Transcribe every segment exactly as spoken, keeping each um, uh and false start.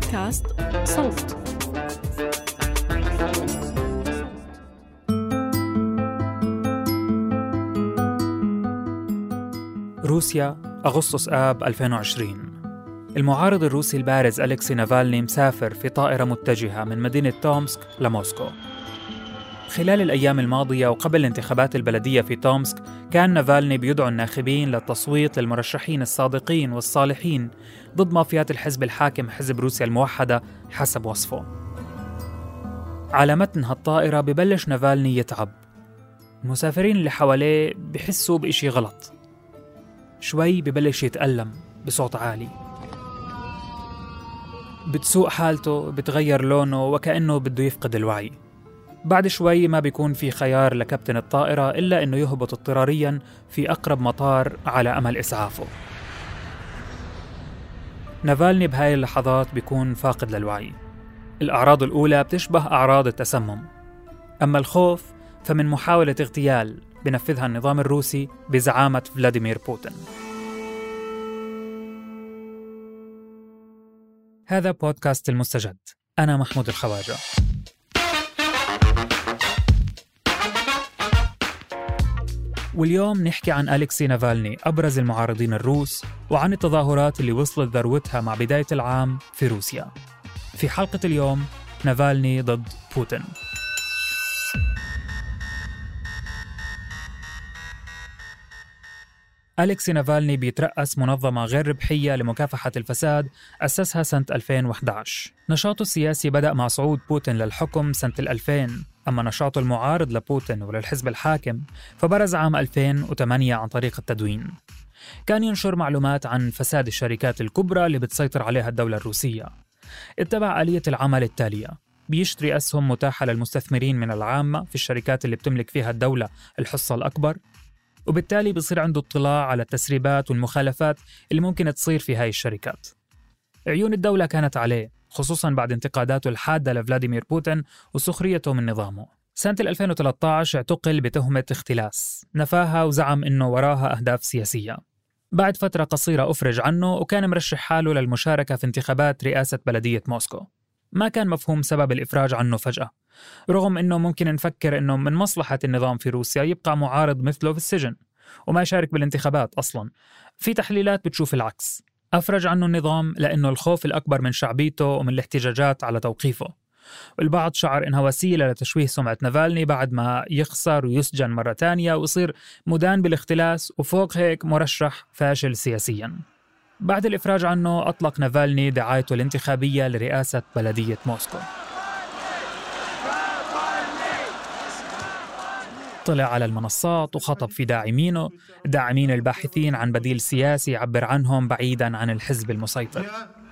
بودكاست صوت. روسيا، أغسطس آب ألفين وعشرين. المعارض الروسي البارز أليكسي نافالني مسافر في طائرة متجهة من مدينة تومسك لموسكو. خلال الأيام الماضية وقبل الانتخابات البلدية في تومسك كان نافالني بيدعو الناخبين للتصويت للمرشحين الصادقين والصالحين ضد مافيات الحزب الحاكم حزب روسيا الموحدة حسب وصفه. على متن هالطائرة ببلش نافالني يتعب. المسافرين اللي حواليه بحسوا بإشي غلط. شوي ببلش يتألم بصوت عالي. بتسوء حالته، بتغير لونه وكأنه بده يفقد الوعي. بعد شوي ما بيكون في خيار لكابتن الطائرة إلا إنه يهبط اضطرارياً في أقرب مطار على أمل إسعافه. نافالني بهاي اللحظات بيكون فاقد للوعي. الأعراض الأولى بتشبه أعراض التسمم، أما الخوف فمن محاولة اغتيال بنفذها النظام الروسي بزعامة فلاديمير بوتين. هذا بودكاست المستجد. أنا محمود الخواجة. واليوم نحكي عن أليكسي نافالني، أبرز المعارضين الروس، وعن التظاهرات اللي وصلت ذروتها مع بداية العام في روسيا. في حلقة اليوم نافالني ضد بوتين. أليكسي نافالني بيترأس منظمة غير ربحية لمكافحة الفساد أسسها سنة ألفين وإحدى عشر. نشاطه السياسي بدأ مع صعود بوتين للحكم سنة الألفين، أما نشاطه المعارض لبوتين وللحزب الحاكم فبرز عام ألفين وثمانية عن طريق التدوين. كان ينشر معلومات عن فساد الشركات الكبرى اللي بتسيطر عليها الدولة الروسية. اتبع آلية العمل التالية: بيشتري أسهم متاحة للمستثمرين من العامة في الشركات اللي بتملك فيها الدولة الحصة الأكبر، وبالتالي بيصير عنده اطلاع على التسريبات والمخالفات اللي ممكن تصير في هاي الشركات. عيون الدولة كانت عليه، خصوصاً بعد انتقاداته الحادة لفلاديمير بوتين وسخريته من نظامه. سنة ألفين وثلاثة عشر اعتقل بتهمة اختلاس، نفاها وزعم إنه وراها أهداف سياسية. بعد فترة قصيرة أفرج عنه وكان مرشح حاله للمشاركة في انتخابات رئاسة بلدية موسكو. ما كان مفهوم سبب الإفراج عنه فجأة، رغم أنه ممكن نفكر أنه من مصلحة النظام في روسيا يبقى معارض مثله في السجن وما يشارك بالانتخابات أصلاً. في تحليلات بتشوف العكس. أفرج عنه النظام لأنه الخوف الأكبر من شعبيته ومن الاحتجاجات على توقيفه. والبعض شعر إنها وسيلة لتشويه سمعة نافالني بعد ما يخسر ويسجن مرة تانية ويصير مدان بالاختلاس، وفوق هيك مرشح فاشل سياسياً. بعد الإفراج عنه أطلق نافالني دعايته الانتخابية لرئاسة بلدية موسكو. طلع على المنصات وخطب في داعمينه، داعمين الباحثين عن بديل سياسي يعبر عنهم بعيداً عن الحزب المسيطر.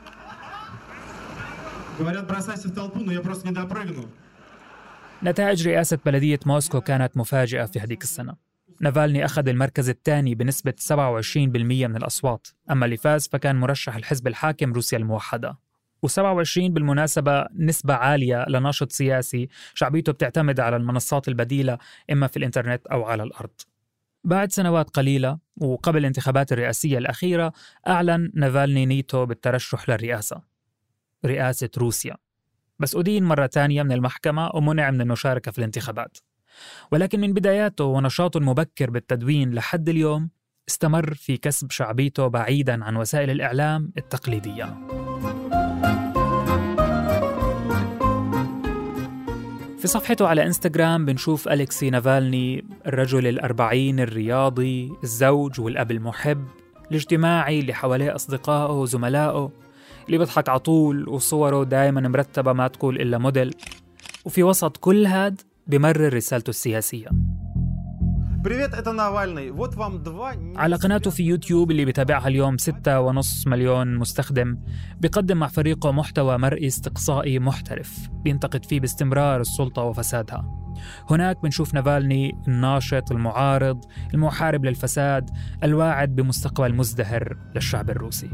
نتائج رئاسة بلدية موسكو كانت مفاجئة في هذيك السنة. نافالني أخذ المركز الثاني بنسبة سبعة وعشرين بالمئة من الأصوات، أما اللي فاز فكان مرشح الحزب الحاكم روسيا الموحدة. وسبعة وعشرين بالمناسبة نسبة عالية لناشط سياسي شعبيته بتعتمد على المنصات البديلة إما في الإنترنت أو على الأرض. بعد سنوات قليلة وقبل الانتخابات الرئاسية الأخيرة أعلن نافالني نيته بالترشح للرئاسة، رئاسة روسيا، بس أدين مرة تانية من المحكمة ومنع من المشاركة في الانتخابات. ولكن من بداياته ونشاطه المبكر بالتدوين لحد اليوم استمر في كسب شعبيته بعيداً عن وسائل الإعلام التقليدية. في صفحته على إنستغرام بنشوف أليكسي نافالني الرجل الأربعين الرياضي، الزوج والأب المحب، الاجتماعي اللي حواليه أصدقائه وزملائه، اللي بيضحك عطول وصوره دايماً مرتبة ما تقول إلا موديل. وفي وسط كل هاد بمرر رسالته السياسية. على قناته في يوتيوب اللي بيتابعها اليوم ستة ونص مليون مستخدم بيقدم مع فريقه محتوى مرئي استقصائي محترف بينتقد فيه باستمرار السلطة وفسادها. هناك بنشوف نافالني الناشط المعارض المحارب للفساد الواعد بمستقبل مزدهر للشعب الروسي.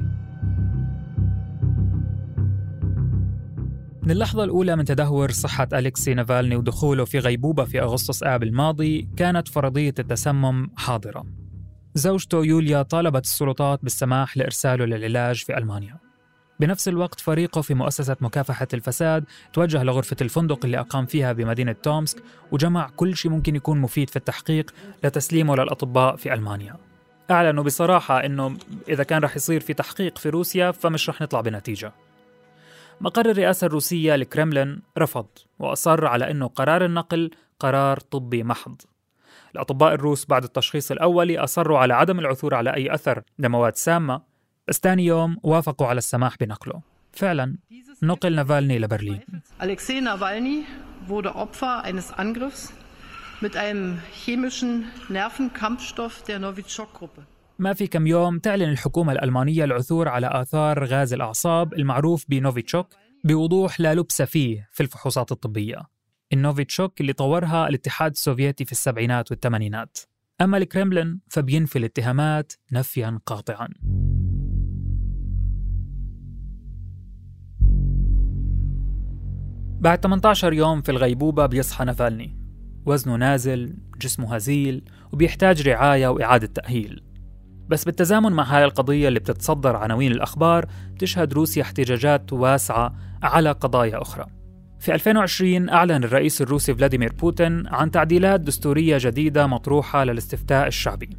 من اللحظة الأولى من تدهور صحة أليكسي نافالني ودخوله في غيبوبة في أغسطس آب الماضي كانت فرضية التسمم حاضرة. زوجته يوليا طالبت السلطات بالسماح لإرساله للعلاج في ألمانيا. بنفس الوقت فريقه في مؤسسة مكافحة الفساد توجه لغرفة الفندق اللي أقام فيها بمدينة تومسك وجمع كل شيء ممكن يكون مفيد في التحقيق لتسليمه للأطباء في ألمانيا. أعلنوا بصراحة إنه إذا كان رح يصير في تحقيق في روسيا فمش رح نطلع بنتيجة. مقر الرئاسة الروسية الكرملين رفض وأصر على إنه قرار النقل قرار طبي محض. الأطباء الروس بعد التشخيص الأولي أصروا على عدم العثور على أي أثر لمواد سامة، بس ثاني يوم وافقوا على السماح بنقله. فعلا نقل نافالني لبرلين. Alexei Nawalny wurde Opfer eines Angriffs mit einem chemischen Nervenkampfstoff der Novichok-Gruppe. ما في كم يوم تعلن الحكومة الألمانية العثور على آثار غاز الأعصاب المعروف بنوفيتشوك بوضوح لا لبس فيه في الفحوصات الطبية. النوفيتشوك اللي طورها الاتحاد السوفيتي في السبعينات والثمانينات. أما الكرملين فبينفي الاتهامات نفياً قاطعاً. بعد ثمانية عشر يوم في الغيبوبة بيصحى نافالني، وزنه نازل، جسمه هزيل، وبيحتاج رعاية وإعادة تأهيل. بس بالتزامن مع هاي القضية اللي بتتصدر عناوين الأخبار تشهد روسيا احتجاجات واسعة على قضايا أخرى. في ألفين وعشرين أعلن الرئيس الروسي فلاديمير بوتين عن تعديلات دستورية جديدة مطروحة للاستفتاء الشعبي.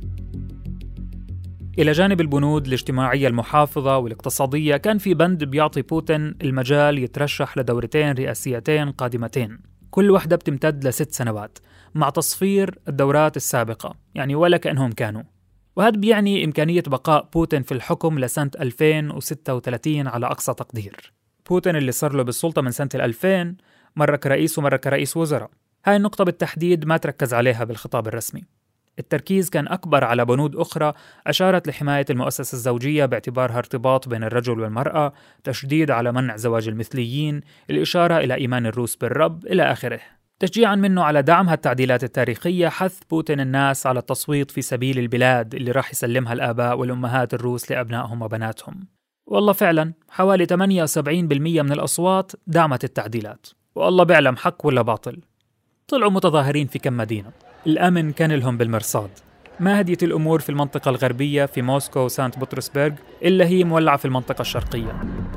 إلى جانب البنود الاجتماعية المحافظة والاقتصادية كان في بند بيعطي بوتين المجال يترشح لدورتين رئاسيتين قادمتين، كل واحدة بتمتد لست سنوات مع تصفير الدورات السابقة، يعني ولا كأنهم كانوا. وهذا بيعني إمكانية بقاء بوتين في الحكم لسنة ألفين وستة وثلاثين على أقصى تقدير. بوتين اللي صار له بالسلطة من سنة الألفين مرة كرئيس ومرة كرئيس وزراء. هاي النقطة بالتحديد ما تركز عليها بالخطاب الرسمي. التركيز كان أكبر على بنود أخرى أشارت لحماية المؤسسة الزوجية باعتبارها ارتباط بين الرجل والمرأة، تشديد على منع زواج المثليين، الإشارة إلى إيمان الروس بالرب، إلى آخره. تشجيعاً منه على دعم هالتعديلات التاريخية حث بوتين الناس على التصويت في سبيل البلاد اللي راح يسلمها الآباء والأمهات الروس لأبنائهم وبناتهم. والله فعلاً حوالي ثمانية وسبعين بالمئة من الأصوات دعمت التعديلات، والله بيعلم حق ولا باطل. طلعوا متظاهرين في كم مدينة، الأمن كان لهم بالمرصاد. ما هديت الأمور في المنطقة الغربية في موسكو وسانت بطرسبرغ إلا هي مولعة في المنطقة الشرقية،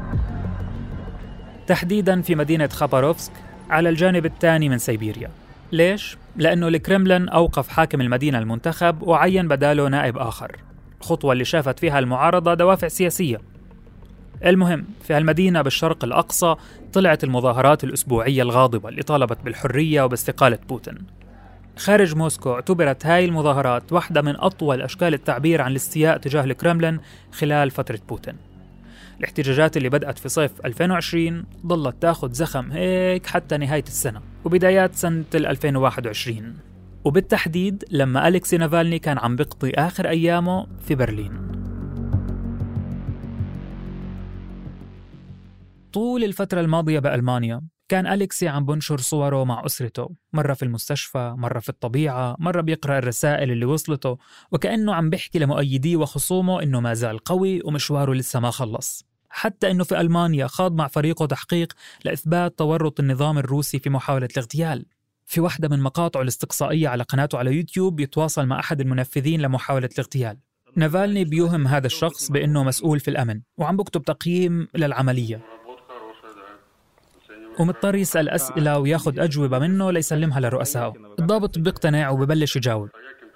تحديداً في مدينة خاباروفسك على الجانب الثاني من سيبيريا. ليش؟ لأنه الكرملين أوقف حاكم المدينة المنتخب وعين بداله نائب آخر، خطوة اللي شافت فيها المعارضة دوافع سياسية. المهم في هالمدينة بالشرق الأقصى طلعت المظاهرات الأسبوعية الغاضبة اللي طالبت بالحرية وباستقالة بوتين. خارج موسكو اعتبرت هاي المظاهرات واحدة من أطول أشكال التعبير عن الاستياء تجاه الكرملين خلال فترة بوتين. الاحتجاجات اللي بدأت في صيف ألفين وعشرين ظلت تاخد زخم هيك حتى نهاية السنة وبدايات سنة ألفين وواحد وعشرين، وبالتحديد لما أليكسي نافالني كان عم بيقضي آخر أيامه في برلين. طول الفترة الماضية بألمانيا كان أليكسي عم بنشر صوره مع أسرته، مرة في المستشفى، مرة في الطبيعة، مرة بيقرأ الرسائل اللي وصلته، وكأنه عم بيحكي لمؤيديه وخصومه إنه ما زال قوي ومشواره لسه ما خلص. حتى إنه في ألمانيا خاض مع فريقه تحقيق لإثبات تورط النظام الروسي في محاولة الاغتيال. في واحدة من مقاطعه الاستقصائية على قناته على يوتيوب يتواصل مع أحد المنفذين لمحاولة الاغتيال. نافالني بيوهم هذا الشخص بأنه مسؤول في الأمن وعم بكتب تقييم للعملية، ومضطر يسأل أسئلة وياخد أجوبة منه ليسلمها لرؤسائه. الضابط بيقتنع وببلش يجاوب.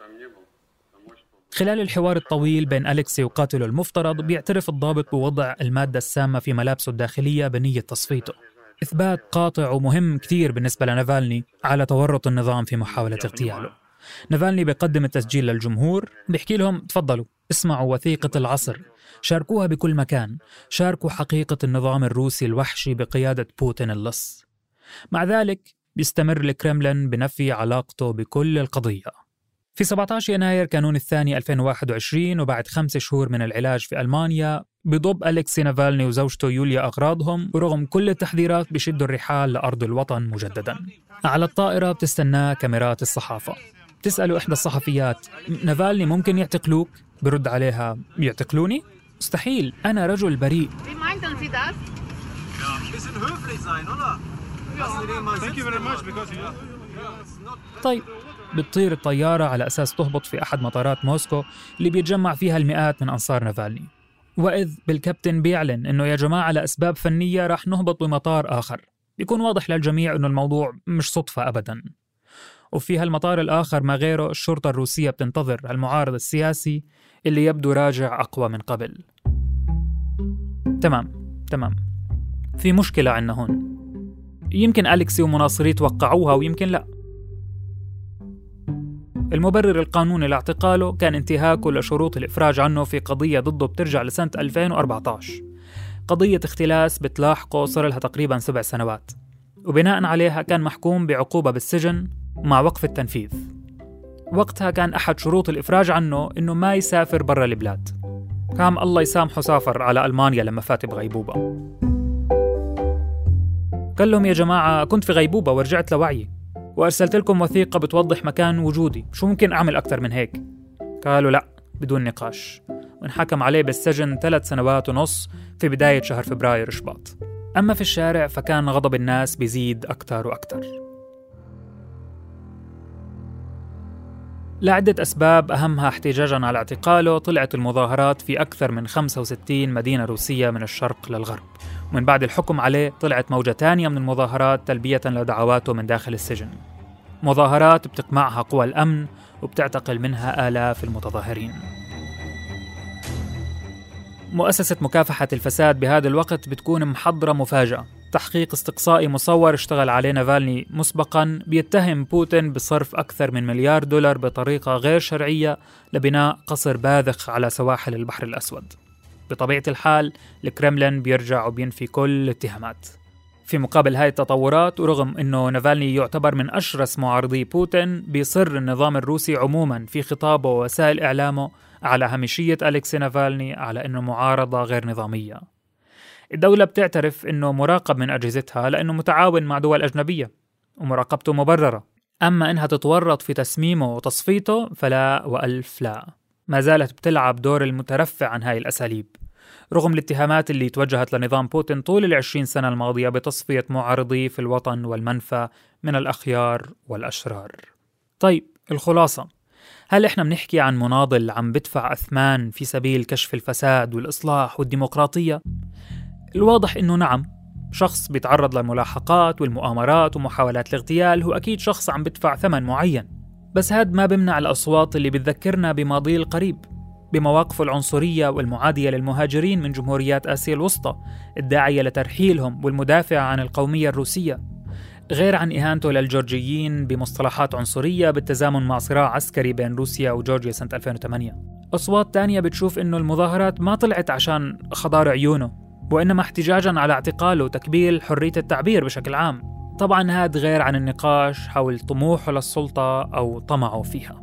خلال الحوار الطويل بين أليكسي وقاتله المفترض بيعترف الضابط بوضع المادة السامة في ملابسه الداخلية بنية تصفيته، إثبات قاطع ومهم كتير بالنسبة لنافالني على تورط النظام في محاولة اغتياله. نافالني بيقدم التسجيل للجمهور، بيحكي لهم تفضلوا اسمعوا وثيقة العصر، شاركوها بكل مكان، شاركوا حقيقة النظام الروسي الوحشي بقيادة بوتين اللص. مع ذلك بيستمر الكرملين بنفي علاقته بكل القضية. في سبعة عشر يناير كانون الثاني ألفين وواحد وعشرين وبعد خمس شهور من العلاج في ألمانيا بيضب أليكسي نافالني وزوجته يوليا أغراضهم، ورغم كل التحذيرات بيشدوا الرحال لأرض الوطن مجددا. على الطائرة بتستناه كاميرات الصحافة، تسأله إحدى الصحفيات نافالني ممكن يعتقلوك؟ برد عليها يعتقلوني؟ مستحيل، أنا رجل بريء. طيب بتطير الطيارة على أساس تهبط في أحد مطارات موسكو اللي بيتجمع فيها المئات من أنصار نافالني، وإذ بالكابتن بيعلن إنه يا جماعة لأسباب فنية راح نهبط بمطار آخر. بيكون واضح للجميع إنه الموضوع مش صدفة أبداً. وفي هالمطار الآخر ما غيره الشرطة الروسية بتنتظر المعارض السياسي اللي يبدو راجع أقوى من قبل. تمام تمام في مشكلة عنا هون، يمكن أليكسي ومناصريه توقعوها ويمكن لا. المبرر القانوني لاعتقاله كان انتهاكه لشروط الإفراج عنه في قضية ضده بترجع لسنة ألفين وأربعة عشر، قضية اختلاس بتلاحقه صار لها تقريباً سبع سنوات، وبناء عليها كان محكوم بعقوبة بالسجن مع وقف التنفيذ. وقتها كان أحد شروط الإفراج عنه إنه ما يسافر برا البلاد. كان الله يسامحه سافر على ألمانيا لما فات بغيبوبة. قال لهم يا جماعة كنت في غيبوبة ورجعت لوعي، وأرسلت لكم وثيقة بتوضح مكان وجودي، شو ممكن أعمل أكتر من هيك؟ قالوا لا بدون نقاش، وانحكم عليه بالسجن ثلاث سنوات ونص في بداية شهر فبراير شباط. أما في الشارع فكان غضب الناس بيزيد أكتر وأكتر لعدة أسباب، أهمها احتجاجاً على اعتقاله. طلعت المظاهرات في أكثر من خمسة وستين مدينة روسية من الشرق للغرب، ومن بعد الحكم عليه طلعت موجة تانية من المظاهرات تلبية لدعواته من داخل السجن. مظاهرات بتقمعها قوى الأمن وبتعتقل منها آلاف المتظاهرين. مؤسسة مكافحة الفساد بهذا الوقت بتكون محضرة مفاجأة، تحقيق استقصائي مصور اشتغل عليه نافالني مسبقاً بيتهم بوتين بصرف أكثر من مليار دولار بطريقة غير شرعية لبناء قصر باذخ على سواحل البحر الأسود. بطبيعة الحال الكرملين بيرجع وبينفي كل الاتهامات. في مقابل هاي التطورات، ورغم أنه نافالني يعتبر من أشرس معارضي بوتين، بيصر النظام الروسي عموماً في خطابه ووسائل إعلامه على هامشية أليكسي نافالني، على أنه معارضة غير نظامية. الدولة بتعترف أنه مراقب من أجهزتها لأنه متعاون مع دول أجنبية ومراقبته مبررة، أما أنها تتورط في تسميمه وتصفيته فلا وألف لا. ما زالت بتلعب دور المترفع عن هاي الأساليب، رغم الاتهامات اللي توجهت لنظام بوتين طول العشرين سنة الماضية بتصفية معارضيه في الوطن والمنفى من الأخيار والأشرار. طيب الخلاصة، هل إحنا بنحكي عن مناضل عم بدفع أثمان في سبيل كشف الفساد والإصلاح والديمقراطية؟ الواضح إنه نعم، شخص بيتعرض للملاحقات والمؤامرات ومحاولات الاغتيال هو أكيد شخص عم بدفع ثمن معين، بس هاد ما بمنع الأصوات اللي بتذكرنا بماضيه القريب، بمواقفه العنصرية والمعادية للمهاجرين من جمهوريات آسيا الوسطى، الداعية لترحيلهم والمدافع عن القومية الروسية، غير عن إهانته للجورجيين بمصطلحات عنصرية بالتزامن مع صراع عسكري بين روسيا وجورجيا سنة ألفين وثمانية. أصوات تانية بتشوف إنه المظاهرات ما طلعت عشان خضار عيونه، وإنما احتجاجاً على اعتقاله وتكبيل حرية التعبير بشكل عام. طبعاً هاد غير عن النقاش حول طموحه للسلطة أو طمعه فيها.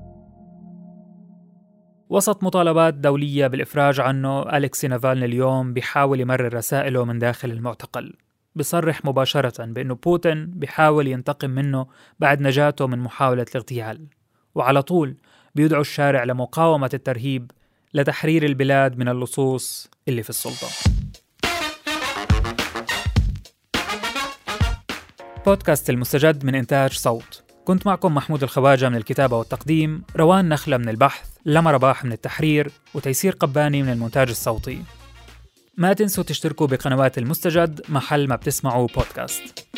وسط مطالبات دولية بالإفراج عنه، أليكسي نافالني اليوم بيحاول يمرر رسائله من داخل المعتقل. بيصرح مباشرة بأنه بوتين بيحاول ينتقم منه بعد نجاته من محاولة الاغتيال، وعلى طول بيدعو الشارع لمقاومة الترهيب لتحرير البلاد من اللصوص اللي في السلطة. بودكاست المستجد من إنتاج صوت، كنت معكم محمود الخواجة من الكتابة والتقديم، روان نخلة من البحث، لما رباح من التحرير، وتيسير قباني من المونتاج الصوتي. ما تنسوا تشتركوا بقنوات المستجد محل ما بتسمعوا بودكاست.